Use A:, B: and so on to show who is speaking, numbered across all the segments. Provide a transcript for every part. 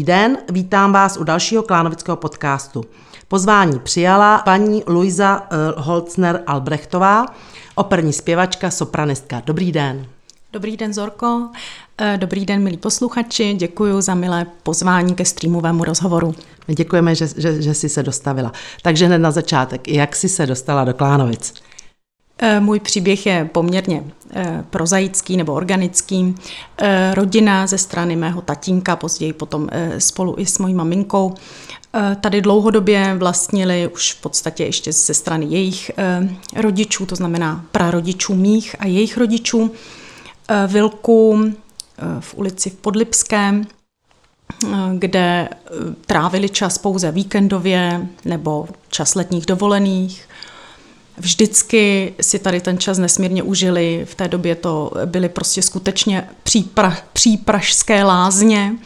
A: den, vítám vás u dalšího Klánovického podcastu. Pozvání přijala paní Luisa Holzner-Albrechtová, operní zpěvačka, sopranistka. Dobrý den.
B: Dobrý den, Zorko. Dobrý den, milí posluchači. Děkuji za milé pozvání ke streamovému rozhovoru.
A: My děkujeme, že jsi se dostavila. Takže hned na začátek, jak jsi se dostala do Klánovic?
B: Můj příběh je poměrně prozaický nebo organický. Rodina ze strany mého tatínka, později potom spolu i s mojí maminkou, tady dlouhodobě vlastnili už v podstatě ještě ze strany jejich rodičů, to znamená prarodičů mých a jejich rodičů, vilku v ulici v Podlipském, kde trávili čas pouze víkendově nebo čas letních dovolených. Vždycky si tady ten čas nesmírně užili, v té době to byly prostě skutečně přípražské lázně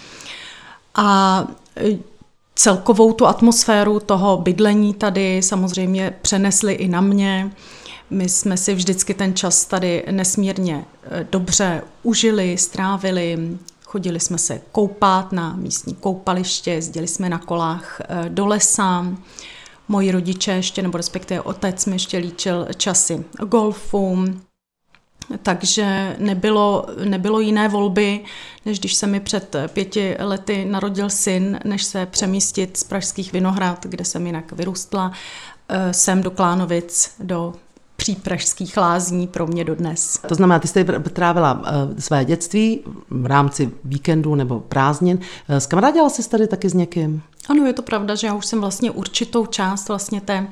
B: a celkovou tu atmosféru toho bydlení tady samozřejmě přenesli i na mě. My jsme si vždycky ten čas tady nesmírně dobře užili, strávili, chodili jsme se koupat na místní koupaliště, jezdili jsme na kolách do lesa. Moji rodiče ještě, nebo respektive otec mi ještě líčil časy golfu, takže nebylo jiné volby, než když se mi před 5 lety narodil syn, než se přemístit z pražských Vinohrad, kde jsem jinak vyrůstla, sem do Klánovic, do přípražských lázní pro mě dodnes.
A: To znamená, ty jste trávila své dětství v rámci víkendu nebo prázdnin. Skamarádila jsi tady taky s někým?
B: Ano, je to pravda, že já už jsem vlastně určitou část vlastně té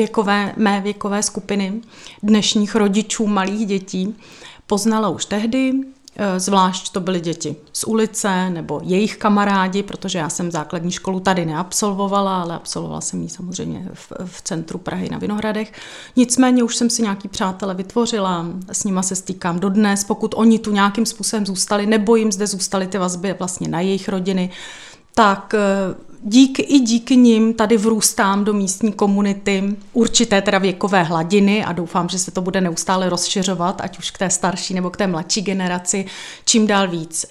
B: mé věkové skupiny dnešních rodičů malých dětí poznala už tehdy, zvlášť to byly děti z ulice nebo jejich kamarádi, protože já jsem základní školu tady neabsolvovala, ale absolvovala jsem ji samozřejmě v centru Prahy na Vinohradech. Nicméně už jsem si nějaký přátele vytvořila, s nima se stýkám dodnes, pokud oni tu nějakým způsobem zůstali, nebo jim zde zůstaly ty vazby vlastně na jejich rodiny, tak díky nim tady vrůstám do místní komunity určité teda věkové hladiny a doufám, že se to bude neustále rozšiřovat, ať už k té starší nebo k té mladší generaci, čím dál víc.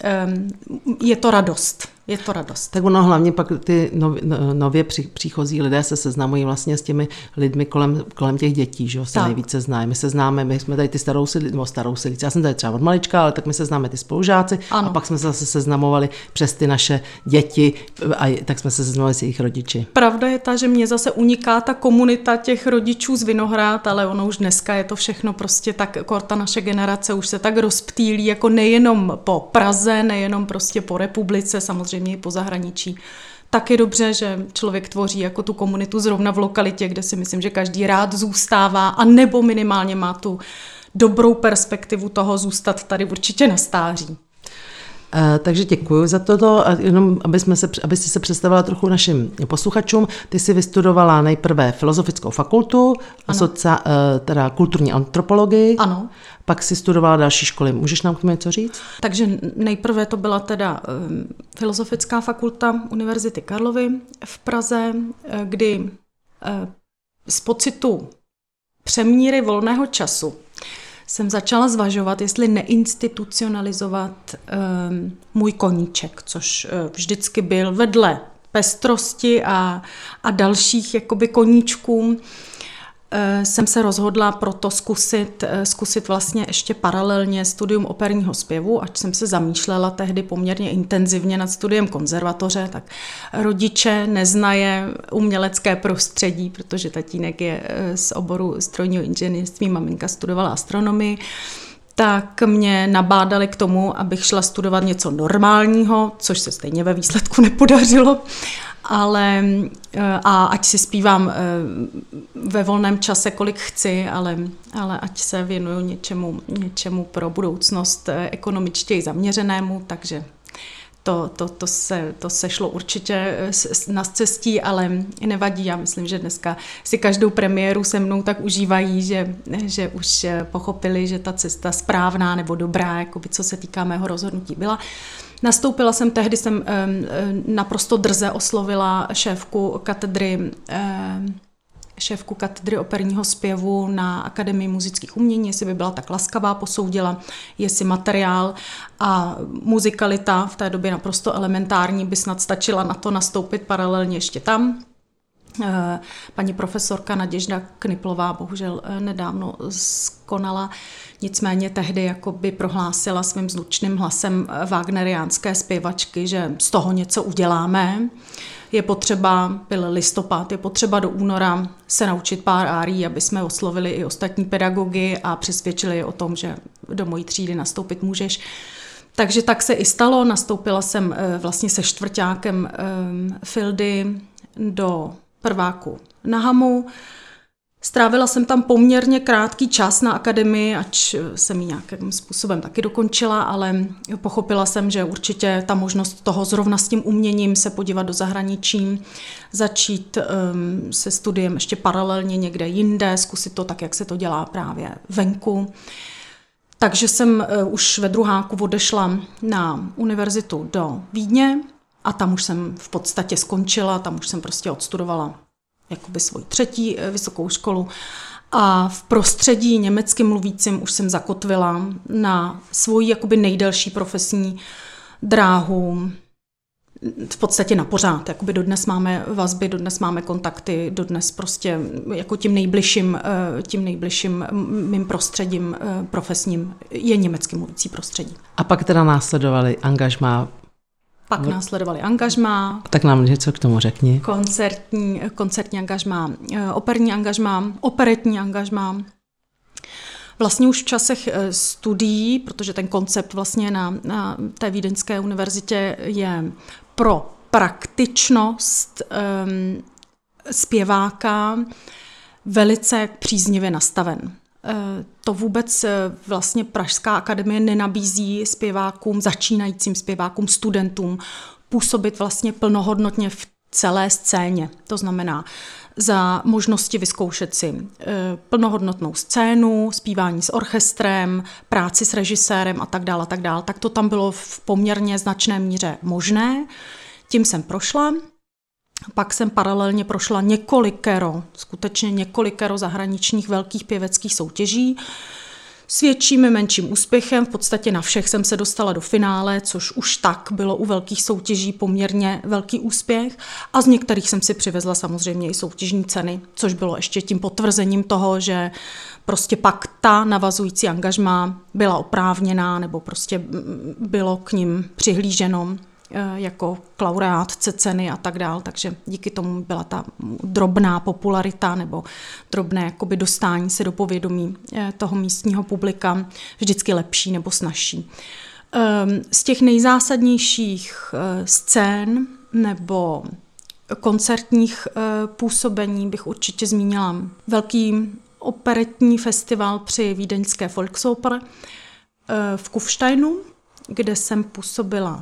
B: Je to radost.
A: Tak ono hlavně pak ty nově příchozí lidé se seznamují vlastně s těmi lidmi kolem těch dětí, že se nejvíce znají. My se známe, my jsme tady ty starou silici, já jsem tady třeba od malička, ale tak my se známe ty spolužáci. Ano. A pak jsme se zase seznamovali přes ty naše děti a tak jsme se seznamovali s jejich rodiči.
B: Pravda je ta, že mě zase uniká ta komunita těch rodičů z Vinohrad, ale ono už dneska je to všechno prostě tak, ta naše generace už se tak rozptýlí, jako nejenom po Praze, nejenom prostě po republice, samozřejmě i po zahraničí. Tak je dobře, že člověk tvoří jako tu komunitu zrovna v lokalitě, kde si myslím, že každý rád zůstává a nebo minimálně má tu dobrou perspektivu toho zůstat tady určitě na stáří.
A: Takže děkuji za toto. Jenom aby si se představila trochu našim posluchačům, ty jsi vystudovala nejprve Filozofickou fakultu, teda kulturní antropologii,
B: ano.
A: Pak si studovala další školy. Můžeš nám k tomu něco říct?
B: Takže nejprve to byla teda Filozofická fakulta Univerzity Karlovy v Praze, kdy z pocitu přemíry volného času jsem začala zvažovat, jestli neinstitucionalizovat můj koníček, což vždycky byl vedle pestrosti a dalších jakoby koníčků. Jsem se rozhodla proto zkusit vlastně ještě paralelně studium operního zpěvu, ač jsem se zamýšlela tehdy poměrně intenzivně nad studiem konzervatoře, tak rodiče neznají umělecké prostředí, protože tatínek je z oboru strojního inženýrství, maminka studovala astronomii, tak mě nabádali k tomu, abych šla studovat něco normálního, což se stejně ve výsledku nepodařilo. Ale ať si zpívám ve volném čase, kolik chci, ale ať se věnuju něčemu pro budoucnost ekonomičtěji zaměřenému, takže to se šlo určitě na cestí, ale nevadí. Já myslím, že dneska si každou premiéru se mnou tak užívají, že už pochopili, že ta cesta správná nebo dobrá, jakoby, co se týká mého rozhodnutí byla. Nastoupila jsem, tehdy jsem naprosto drze oslovila šéfku katedry šéfku katedry operního zpěvu na Akademii múzických umění, jestli by byla tak laskavá, posoudila, jestli materiál a muzikalita v té době naprosto elementární by snad stačila na to nastoupit paralelně ještě tam. Paní profesorka Naděžda Kniplová bohužel nedávno skonala, nicméně tehdy jakoby prohlásila svým zvučným hlasem wagneriánské zpěvačky, že z toho něco uděláme. Je potřeba, byl listopad, je potřeba do února se naučit pár árií, aby jsme oslovili i ostatní pedagogy a přesvědčili je o tom, že do mojí třídy nastoupit můžeš. Takže tak se i stalo, nastoupila jsem vlastně se čtvrťákem Fildy do prváku na Hamu. Strávila jsem tam poměrně krátký čas na akademii, ač jsem ji nějakým způsobem taky dokončila, ale pochopila jsem, že určitě ta možnost toho zrovna s tím uměním se podívat do zahraničí, začít se studiem ještě paralelně někde jinde, zkusit to tak, jak se to dělá právě venku. Takže jsem už ve druháku odešla na univerzitu do Vídně a tam už jsem v podstatě skončila, tam už jsem prostě odstudovala jakoby svoji třetí vysokou školu a v prostředí německy mluvícím už jsem zakotvila na svoji jakoby nejdelší profesní dráhu, v podstatě na pořád, jakoby dodnes máme vazby, dodnes máme kontakty, dodnes prostě jako tím nejbližším mým prostředím profesním je německy mluvící prostředí.
A: A pak teda následovali angažmá.
B: Pak následovali angažmá.
A: Tak nám něco k tomu řekni.
B: Koncertní angažmá, operní angažmá, operetní angažmá. Vlastně už v časech studií, protože ten koncept vlastně na té Vídeňské univerzitě je pro praktičnost zpěváka velice příznivě nastaven. To vůbec vlastně Pražská akademie nenabízí zpěvákům, začínajícím zpěvákům, studentům působit vlastně plnohodnotně v celé scéně. To znamená za možnosti vyzkoušet si plnohodnotnou scénu, zpívání s orchestrem, práci s režisérem a tak dále, tak to tam bylo v poměrně značné míře možné. Tím jsem prošla. Pak jsem paralelně prošla skutečně několikero zahraničních velkých pěveckých soutěží s větším i menším úspěchem. V podstatě na všech jsem se dostala do finále, což už tak bylo u velkých soutěží poměrně velký úspěch. A z některých jsem si přivezla samozřejmě i soutěžní ceny, což bylo ještě tím potvrzením toho, že prostě pak ta navazující angažmá byla oprávněná nebo prostě bylo k nim přihlíženo jako k laureátce ceny a tak dál, takže díky tomu byla ta drobná popularita nebo drobné jakoby dostání se do povědomí toho místního publika vždycky lepší nebo snazší. Z těch nejzásadnějších scén nebo koncertních působení bych určitě zmínila velký operetní festival při Vídeňské Volksoper v Kufsteinu, kde jsem působila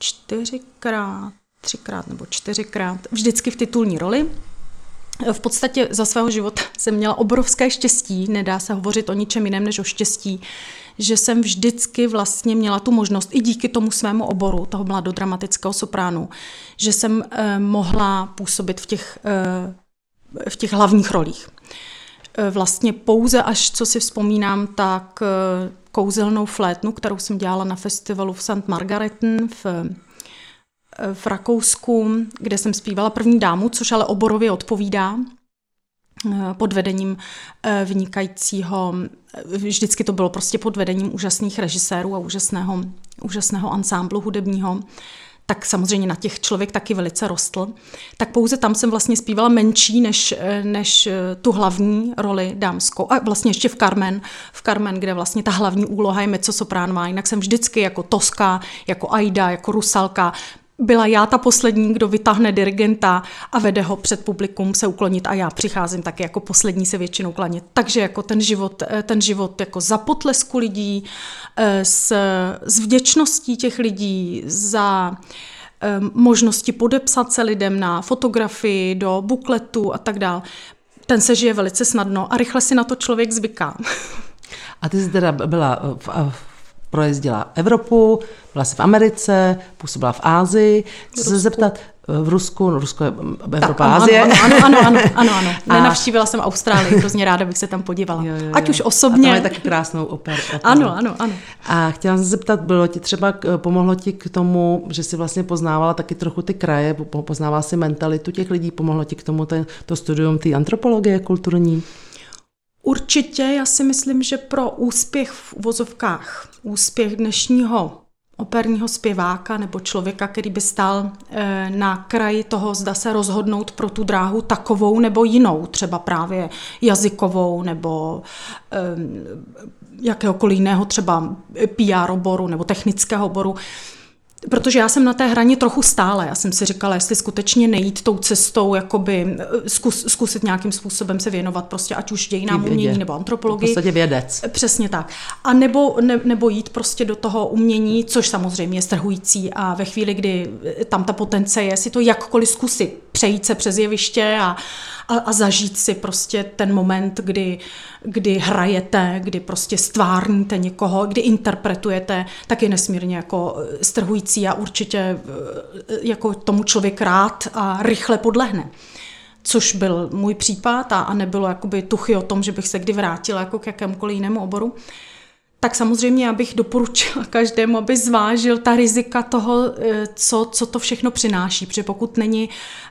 B: 4krát, vždycky v titulní roli. V podstatě za svého života jsem měla obrovské štěstí, nedá se hovořit o ničem jiném než o štěstí, že jsem vždycky vlastně měla tu možnost, i díky tomu svému oboru, toho mladodramatického sopránu, že jsem mohla působit v těch hlavních rolích. Vlastně pouze, až co si vzpomínám, tak kouzelnou flétnu, kterou jsem dělala na festivalu v St. Margareten v Rakousku, kde jsem zpívala První dámu, což ale oborově odpovídá pod vedením vynikajícího, vždycky to bylo prostě pod vedením úžasných režisérů a úžasného ansámblu hudebního, tak samozřejmě na těch člověk taky velice rostl. Tak pouze tam jsem vlastně zpívala menší než tu hlavní roli dámskou. A vlastně ještě v Carmen, kde vlastně ta hlavní úloha je mezzosopránová. Jinak jsem vždycky jako Tosca, jako Aida, jako Rusalka. Byla já ta poslední, kdo vytáhne dirigenta a vede ho před publikum se uklonit a já přicházím taky jako poslední se většinou klanět. Takže jako ten život jako za potlesku lidí, s vděčností těch lidí, za možnosti podepsat se lidem na fotografii, do bukletu a tak dál. Ten se žije velice snadno a rychle si na to člověk zvyká.
A: A ty jsi teda byla projezdila Evropu, byla jsi v Americe, působila v Ázii. Chci se zeptat, v Rusku, no Rusko je Evropa, Asie.
B: Ano. Nenavštívila jsem Austrálii, hrozně ráda bych se tam podívala. Jo. Ať už osobně.
A: A tam je taky krásnou operu.
B: Ano.
A: A chtěla jsem se zeptat, pomohlo ti k tomu, že jsi vlastně poznávala taky trochu ty kraje, poznávala si mentalitu těch lidí, pomohlo ti k tomu to studium té antropologie kulturní?
B: Určitě, já si myslím, že pro úspěch v uvozovkách, úspěch dnešního operního zpěváka nebo člověka, který by stál na kraji toho, zda se rozhodnout pro tu dráhu takovou nebo jinou, třeba právě jazykovou nebo jakéhokoliv jiného, třeba PR oboru nebo technického oboru. Protože já jsem na té hraně trochu stále. Já jsem si říkala, jestli skutečně nejít tou cestou, jakoby zkusit nějakým způsobem se věnovat prostě ať už dějinám umění nebo antropologii.
A: V podstatě vědec.
B: Přesně tak. A nebo jít prostě do toho umění, což samozřejmě je strhující a ve chvíli, kdy tam ta potence je, si to jakkoliv zkusit, přejít se přes jeviště a zažít si prostě ten moment, kdy hrajete, kdy prostě stvárníte někoho, kdy interpretujete, tak je nesmírně jako strhující a určitě jako tomu člověk rád a rychle podlehne. Což byl můj případ a nebylo jakoby tuchy o tom, že bych se kdy vrátila jako k jakémukoliv jinému oboru. Tak samozřejmě já bych doporučila každému, aby zvážil ta rizika toho, co to všechno přináší, protože pokud není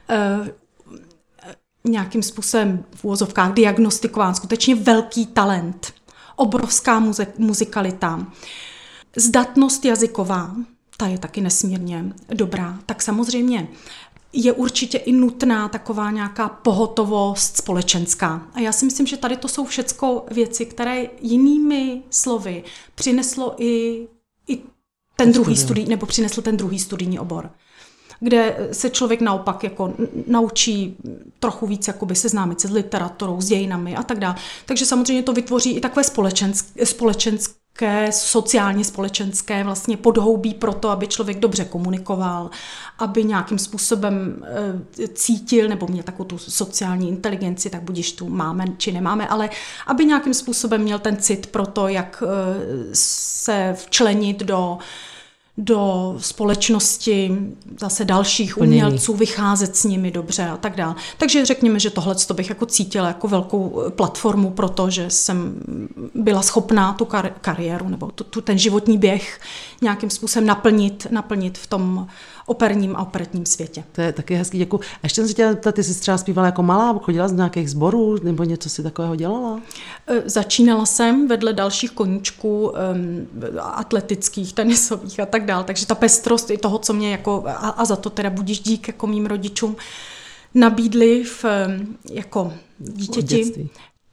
B: nějakým způsobem v uvozovkách diagnostikován skutečně velký talent, obrovská muzikalita, zdatnost jazyková, ta je taky nesmírně dobrá, tak samozřejmě je určitě i nutná taková nějaká pohotovost společenská. A já si myslím, že tady to jsou všecko věci, které jinými slovy přineslo i ten druhý studij, nebo přinesl ten druhý studijní obor, kde se člověk naopak jako naučí trochu víc jakoby seznámit se s literaturou, s dějinami a tak dále. Takže samozřejmě to vytvoří i takové společenské, sociálně společenské vlastně podhoubí pro to, aby člověk dobře komunikoval, aby nějakým způsobem cítil, nebo měl takovou tu sociální inteligenci, tak budiž tu máme či nemáme, ale aby nějakým způsobem měl ten cit pro to, jak se včlenit do společnosti zase dalších umělců, vycházet s nimi dobře a tak dále. Takže řekněme, že tohle bych jako cítila jako velkou platformu pro to, že jsem byla schopná tu kariéru nebo ten životní běh nějakým způsobem naplnit v tom operním a operetním světě.
A: To je taky hezký, děkuji. A ještě jsem se chtěla zeptat, ty jsi třeba zpívala jako malá, chodila z nějakých sborů nebo něco si takového dělala?
B: Začínala jsem vedle dalších koníčků atletických, tenisových a tak dále, takže ta pestrost i toho, co mě jako, a za to teda budíš dík jako mým rodičům, nabídli jako dítěti,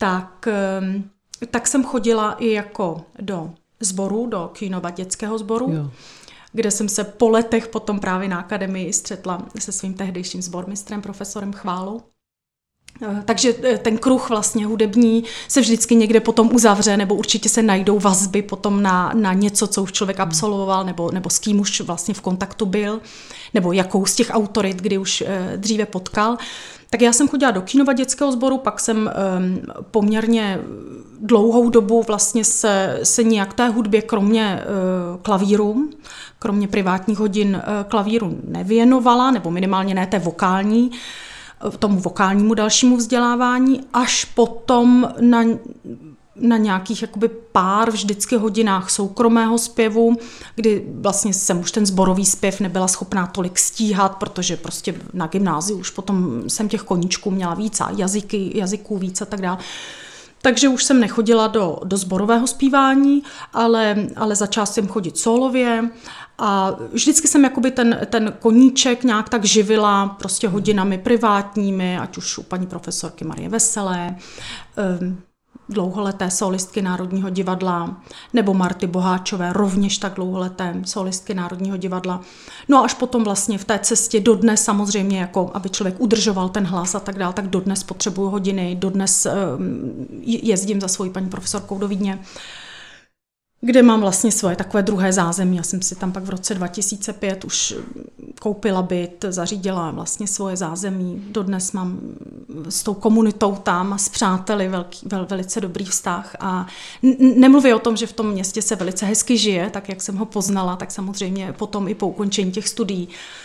B: tak jsem chodila i jako do sboru, do Kýnova dětského sboru, jo, kde jsem se po letech potom právě na akademii střetla se svým tehdejším sbormistrem, profesorem Chválou. Takže ten kruh vlastně hudební se vždycky někde potom uzavře, nebo určitě se najdou vazby potom na něco, co už člověk absolvoval, nebo s kým už vlastně v kontaktu byl, nebo jakou z těch autorit, kdy už dříve potkal. Tak já jsem chodila do Kýnova dětského sboru, pak jsem poměrně dlouhou dobu vlastně se nějak té hudbě kromě klavíru, kromě privátních hodin klavíru nevěnovala, nebo minimálně ne té vokální, tomu vokálnímu dalšímu vzdělávání, až potom na nějakých jakoby pár vždycky hodinách soukromého zpěvu, kdy vlastně jsem už ten sborový zpěv nebyla schopná tolik stíhat, protože prostě na gymnáziu už potom jsem těch koníčků měla víc a jazyků víc a tak dále. Takže už jsem nechodila do sborového zpívání, ale začala jsem chodit sólově a vždycky jsem jakoby ten koníček nějak tak živila prostě hodinami privátními, ať už u paní profesorky Marie Veselé, dlouholeté solistky Národního divadla, nebo Marty Boháčové, rovněž tak dlouholeté solistky Národního divadla. No a až potom vlastně v té cestě dodnes samozřejmě, jako aby člověk udržoval ten hlas a tak dále, tak dodnes potřebuju hodiny, dodnes jezdím za svojí paní profesorkou do Vídně. kde mám vlastně svoje takové druhé zázemí. Já jsem si tam pak v roce 2005 už koupila byt, zařídila vlastně svoje zázemí. Dodnes mám s tou komunitou tam a s přáteli velice dobrý vztah. A nemluvím o tom, že v tom městě se velice hezky žije, tak jak jsem ho poznala, tak samozřejmě potom i po ukončení těch studií.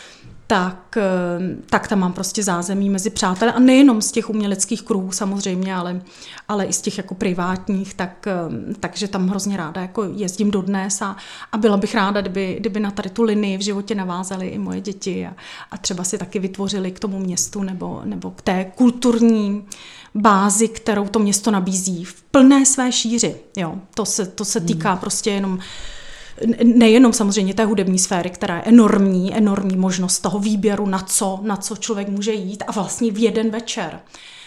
B: Tak tam mám prostě zázemí mezi přáteli a nejenom z těch uměleckých kruhů samozřejmě, ale i z těch jako privátních, takže tam hrozně ráda jako jezdím dodnes a byla bych ráda, kdyby na tady tu linii v životě navázaly i moje děti a třeba si taky vytvořili k tomu městu nebo k té kulturní bázi, kterou to město nabízí v plné své šíři. Jo, to se týká prostě jenom nejenom samozřejmě té hudební sféry, která je enormní možnost toho výběru, na co člověk může jít a vlastně v jeden večer.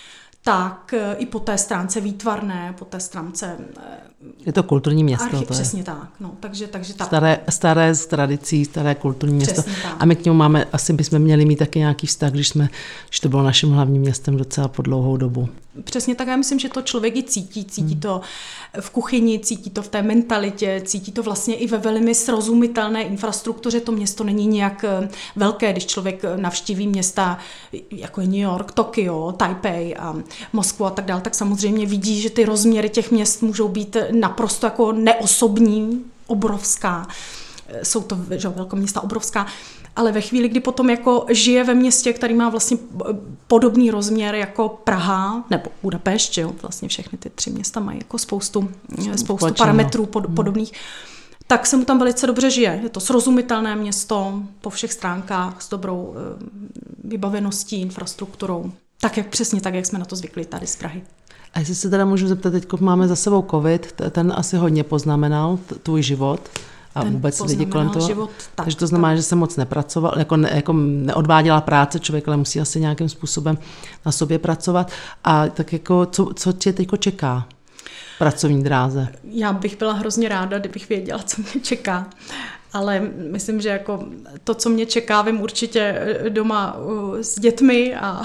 B: Tak i po té stránce výtvarné, po té stránce
A: je to kulturní město.
B: Přesně tak. No, takže tak.
A: Staré z tradicí, staré kulturní město. A my k němu máme, asi bychom měli mít taky nějaký vztah, když to bylo naším hlavním městem docela po dlouhou dobu.
B: Přesně tak, já myslím, že to člověk i cítí to v kuchyni, cítí to v té mentalitě, cítí to vlastně i ve velmi srozumitelné infrastruktuře. To město není nějak velké, když člověk navštíví města jako je New York, Tokio, Taipei a Moskvu a tak dále, tak samozřejmě vidí, že ty rozměry těch měst můžou být naprosto jako neosobní, obrovská. Jsou to velkoměsta obrovská, ale ve chvíli, kdy potom jako žije ve městě, který má vlastně podobný rozměr jako Praha nebo Budapešť, jo, vlastně všechny ty 3 města mají jako spoustu parametrů podobných, tak se mu tam velice dobře žije. Je to srozumitelné město po všech stránkách s dobrou vybaveností, infrastrukturou. Přesně tak, jak jsme na to zvykli tady z Prahy.
A: A jestli se teda můžu zeptat, teď máme za sebou covid, ten asi hodně poznamenal tvůj život a vůbec lidi kolem toho.
B: Život,
A: takže to znamená, že jsem moc nepracoval, jako neodváděla práce člověk, ale musí asi nějakým způsobem na sobě pracovat. A tak jako, co tě teď čeká v pracovní dráze?
B: Já bych byla hrozně ráda, kdybych věděla, co mě čeká. Ale myslím, že jako to, co mě čeká, vím určitě doma s dětmi a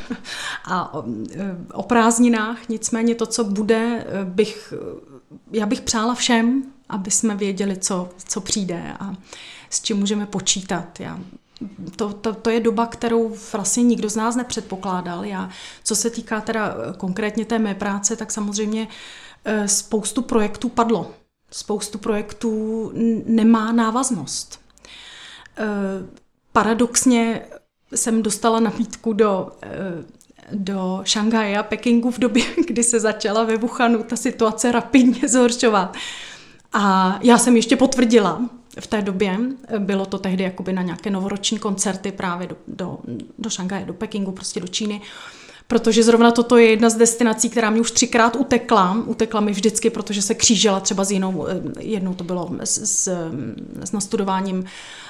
B: o prázdninách. Nicméně to, co bude, já bych přála všem, aby jsme věděli, co přijde a s čím můžeme počítat. To je doba, kterou vlastně nikdo z nás nepředpokládal. Co se týká teda konkrétně té mé práce, tak samozřejmě spoustu projektů padlo. Spoustu projektů nemá návaznost. Paradoxně jsem dostala nabídku do Šanghaje a Pekingu v době, kdy se začala ve Wuhanu ta situace rapidně zhoršovat. A já jsem ještě potvrdila v té době, bylo to tehdy jakoby na nějaké novoroční koncerty právě do Šanghaje, do Pekingu, prostě do Číny, protože zrovna toto je jedna z destinací, která mě už 3krát utekla. Utekla mi vždycky, protože se křížela třeba s jinou, jednou to bylo s nastudováním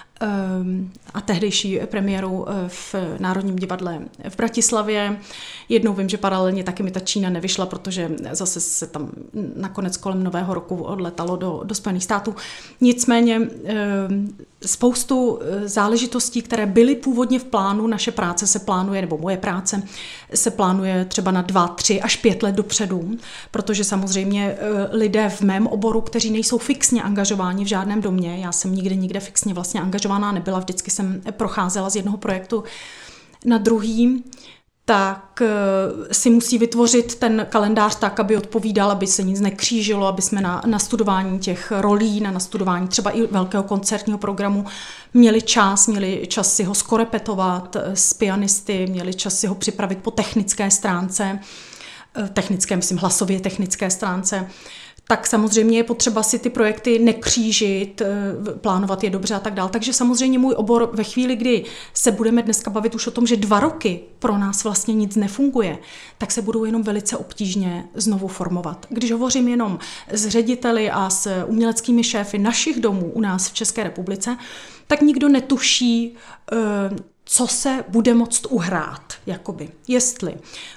B: a tehdejší premiérou v Národním divadle v Bratislavě. Jednou vím, že paralelně taky mi ta Čína nevyšla, protože zase se tam nakonec kolem Nového roku odletalo do Spojených států. Nicméně spoustu záležitostí, které byly původně v plánu, naše práce se plánuje, nebo moje práce se plánuje třeba na 2, 3 až 5 let dopředu, protože samozřejmě lidé v mém oboru, kteří nejsou fixně angažováni v žádném domě, já jsem nikde fixně vlastně angažovaná nebyla, vždycky jsem procházela z jednoho projektu na druhý, tak si musí vytvořit ten kalendář tak, aby odpovídal, aby se nic nekřížilo, aby jsme na studování těch rolí, na nastudování třeba i velkého koncertního programu měli čas si ho skorepetovat s pianisty, měli čas si ho připravit po technické stránce, hlasově technické stránce. Tak samozřejmě je potřeba si ty projekty nekřížit, plánovat je dobře a tak dále. Takže samozřejmě můj obor ve chvíli, kdy se budeme dneska bavit už o tom, že 2 roky pro nás vlastně nic nefunguje, tak se budou jenom velice obtížně znovu formovat. Když hovořím jenom s řediteli a s uměleckými šéfy našich domů u nás v České republice, tak nikdo netuší, co se bude moct uhrát, jakoby. Jestli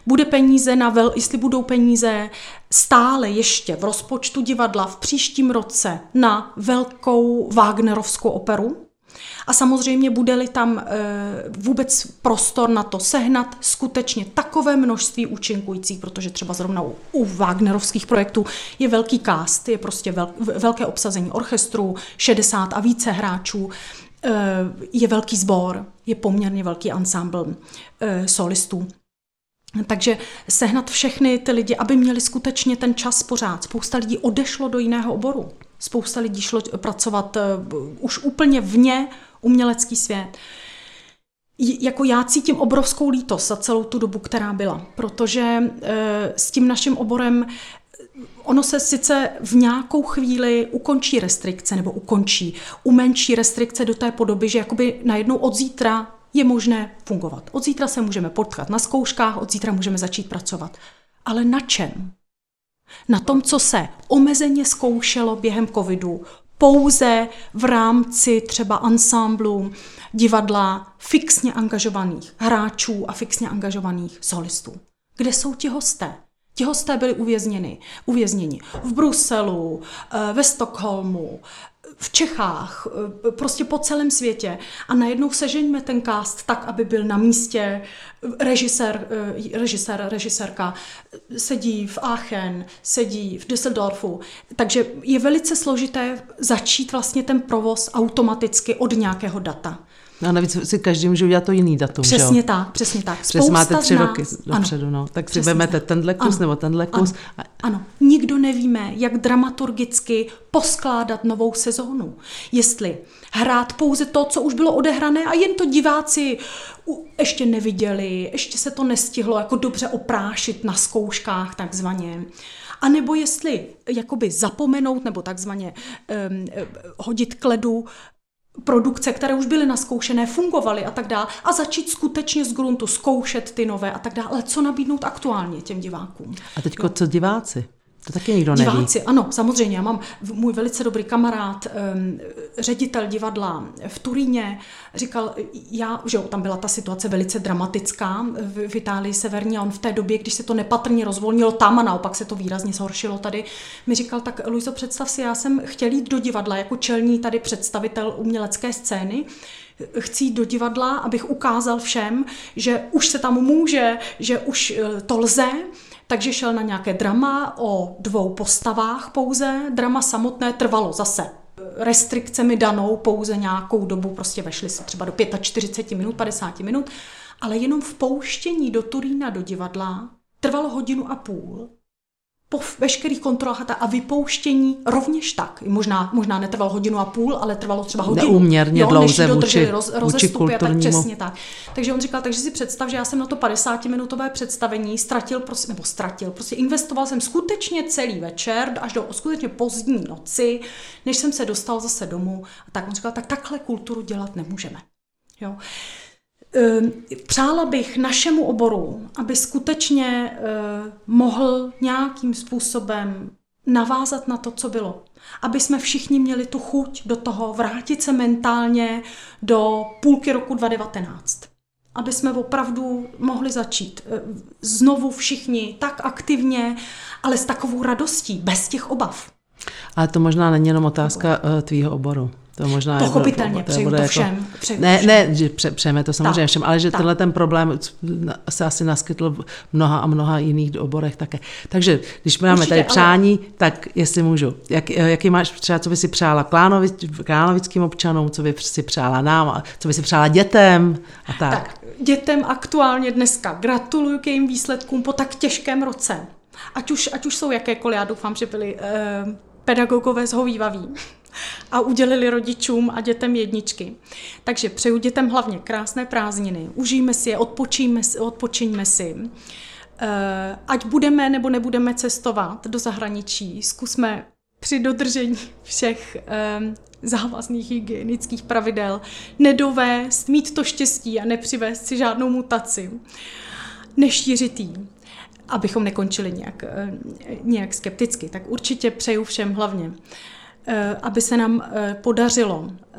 B: budou peníze stále ještě v rozpočtu divadla v příštím roce na velkou Wagnerovskou operu, A samozřejmě bude-li tam vůbec prostor na to sehnat skutečně takové množství účinkujících, protože třeba zrovna u wagnerovských projektů je velký cast, je prostě velké obsazení orchestru, 60 a více hráčů, je velký sbor, je poměrně velký ansámbl solistů. Takže sehnat všechny ty lidi, aby měli skutečně ten čas pořád. Spousta lidí odešlo do jiného oboru. Spousta lidí šlo pracovat už úplně vně umělecký svět. Jako já cítím obrovskou lítost za celou tu dobu, která byla, protože s tím naším oborem ono se sice v nějakou chvíli ukončí restrikce, nebo umenší restrikce do té podoby, že jakoby najednou od zítra je možné fungovat. Od zítra se můžeme potkat na zkouškách, od zítra můžeme začít pracovat. Ale na čem? Na tom, co se omezeně zkoušelo během covidu, pouze v rámci třeba ansámblu, divadla, fixně angažovaných hráčů a fixně angažovaných solistů. Kde jsou ti hosté? Ti hosté byli uvězněni v Bruselu, ve Stockholmu, v Čechách, prostě po celém světě. A najednou sežeňme ten cast tak, aby byl na místě. Režisérka sedí v Aachen, sedí v Düsseldorfu. Takže je velice složité začít vlastně ten provoz automaticky od nějakého data.
A: A navíc si každý může udělat to jiný datum,
B: přesně tak, přesně tak.
A: Přesně máte 3 roky dopředu, no. Tak si vezmete tenhle kus nebo tenhle kus.
B: Ano, nikdo nevíme, jak dramaturgicky poskládat novou sezónu. Jestli hrát pouze to, co už bylo odehrané a jen to diváci ještě neviděli, ještě se to nestihlo jako dobře oprášit na zkouškách takzvaně. A nebo jestli jakoby zapomenout nebo takzvaně hodit k ledu produkce, které už byly naskoušené, fungovaly a tak dále a začít skutečně z gruntu zkoušet ty nové a tak dále, ale co nabídnout aktuálně těm divákům.
A: A teďko co diváci? To taky nikdo neví.
B: Diváci, ano, samozřejmě. Já mám můj velice dobrý kamarád, ředitel divadla v Turíně, říkal, že tam byla ta situace velice dramatická v Itálii severní a on v té době, když se to nepatrně rozvolnilo tam a naopak se to výrazně zhoršilo tady, mi říkal, tak Luizo, představ si, já jsem chtěl jít do divadla jako čelní tady představitel umělecké scény, chci jít do divadla, abych ukázal všem, že už se tam může, že už to lze. Takže šel na nějaké drama o 2 postavách pouze. Drama samotné trvalo zase restrikcemi danou pouze nějakou dobu, prostě vešli se třeba do 45 minut, 50 minut, ale jenom vpouštění do Turína do divadla trvalo 1,5 hodiny. Po veškerých kontrolách a vypouštění rovněž tak. Možná netrvalo 1,5 hodiny, ale trvalo třeba hodinu.
A: Neúměrně dlouze
B: vůči kulturnímu. Přesně tak. Takže on říkal, takže si představ, že já jsem na to 50-minutové představení prostě investoval jsem skutečně celý večer, až do skutečně pozdní noci, než jsem se dostal zase domů. A tak on říkal, tak takhle kulturu dělat nemůžeme. Jo. Přála bych našemu oboru, aby skutečně mohl nějakým způsobem navázat na to, co bylo. Aby jsme všichni měli tu chuť do toho vrátit se mentálně do půlky roku 2019. Aby jsme opravdu mohli začít znovu všichni tak aktivně, ale s takovou radostí, bez těch obav.
A: Ale to možná není jenom otázka tvýho oboru. To možná
B: pochopitelně, přeju to všem.
A: Ne, že přejeme to samozřejmě všem, ale že tenhle ten problém se asi naskytl v mnoha jiných oborech také. Takže když máme určitě, tady přání, tak jestli můžu, jaký máš třeba, co by si přála klánovickým občanům, co by si přála nám, co by si přála dětem a tak.
B: Dětem aktuálně dneska gratuluju k jejím výsledkům po tak těžkém roce. Ať už jsou jakékoliv, já doufám, že byli pedagogové zhovývaví a udělili rodičům a dětem 1. Takže přeju dětem hlavně krásné prázdniny, užijme si je, odpočiňme si. Ať budeme nebo nebudeme cestovat do zahraničí, zkusme při dodržení všech závazných hygienických pravidel nedovést, mít to štěstí a nepřivést si žádnou mutaci, nešířit jí, abychom nekončili nějak skepticky. Tak určitě přeju všem hlavně, aby se nám podařilo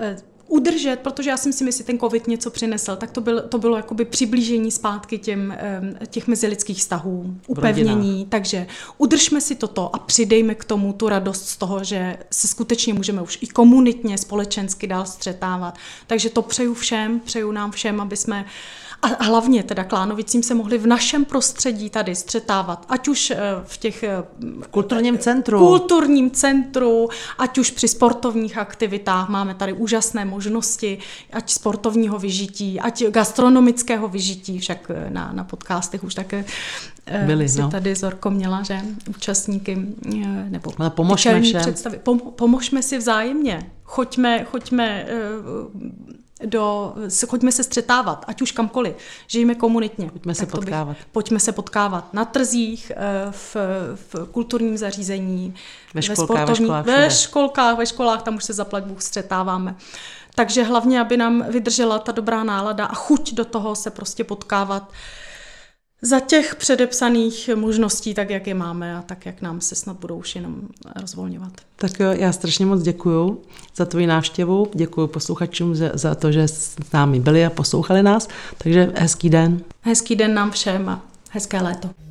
B: udržet, protože já si myslím, jestli ten covid něco přinesl, tak to bylo jakoby přiblížení zpátky těch mezilidských vztahů, upevnění, takže udržme si toto a přidejme k tomu tu radost z toho, že se skutečně můžeme už i komunitně, společensky dál střetávat. Takže to přeju nám všem, aby jsme a hlavně teda Klánovicím se mohli v našem prostředí tady střetávat, ať už v kulturním centru, ať už při sportovních aktivitách, máme tady úžasné možnosti, ať sportovního vyžití, ať gastronomického vyžití, však na podcastech už také si tady Zorko měla, že účastníky, nebo
A: pomožme všem.
B: Pomožme si vzájemně, choďme se střetávat, ať už kamkoliv, žijeme komunitně. Pojďme se potkávat na trzích, v kulturním zařízení, ve školách, tam už se zaplať Bůh střetáváme. Takže hlavně, aby nám vydržela ta dobrá nálada a chuť do toho se prostě potkávat za těch předepsaných možností, tak jak je máme a tak, jak nám se snad budou už jenom rozvolňovat.
A: Tak jo, já strašně moc děkuju za tvoji návštěvu, děkuju posluchačům za to, že s námi byli a poslouchali nás, takže hezký den.
B: Hezký den nám všem a hezké léto.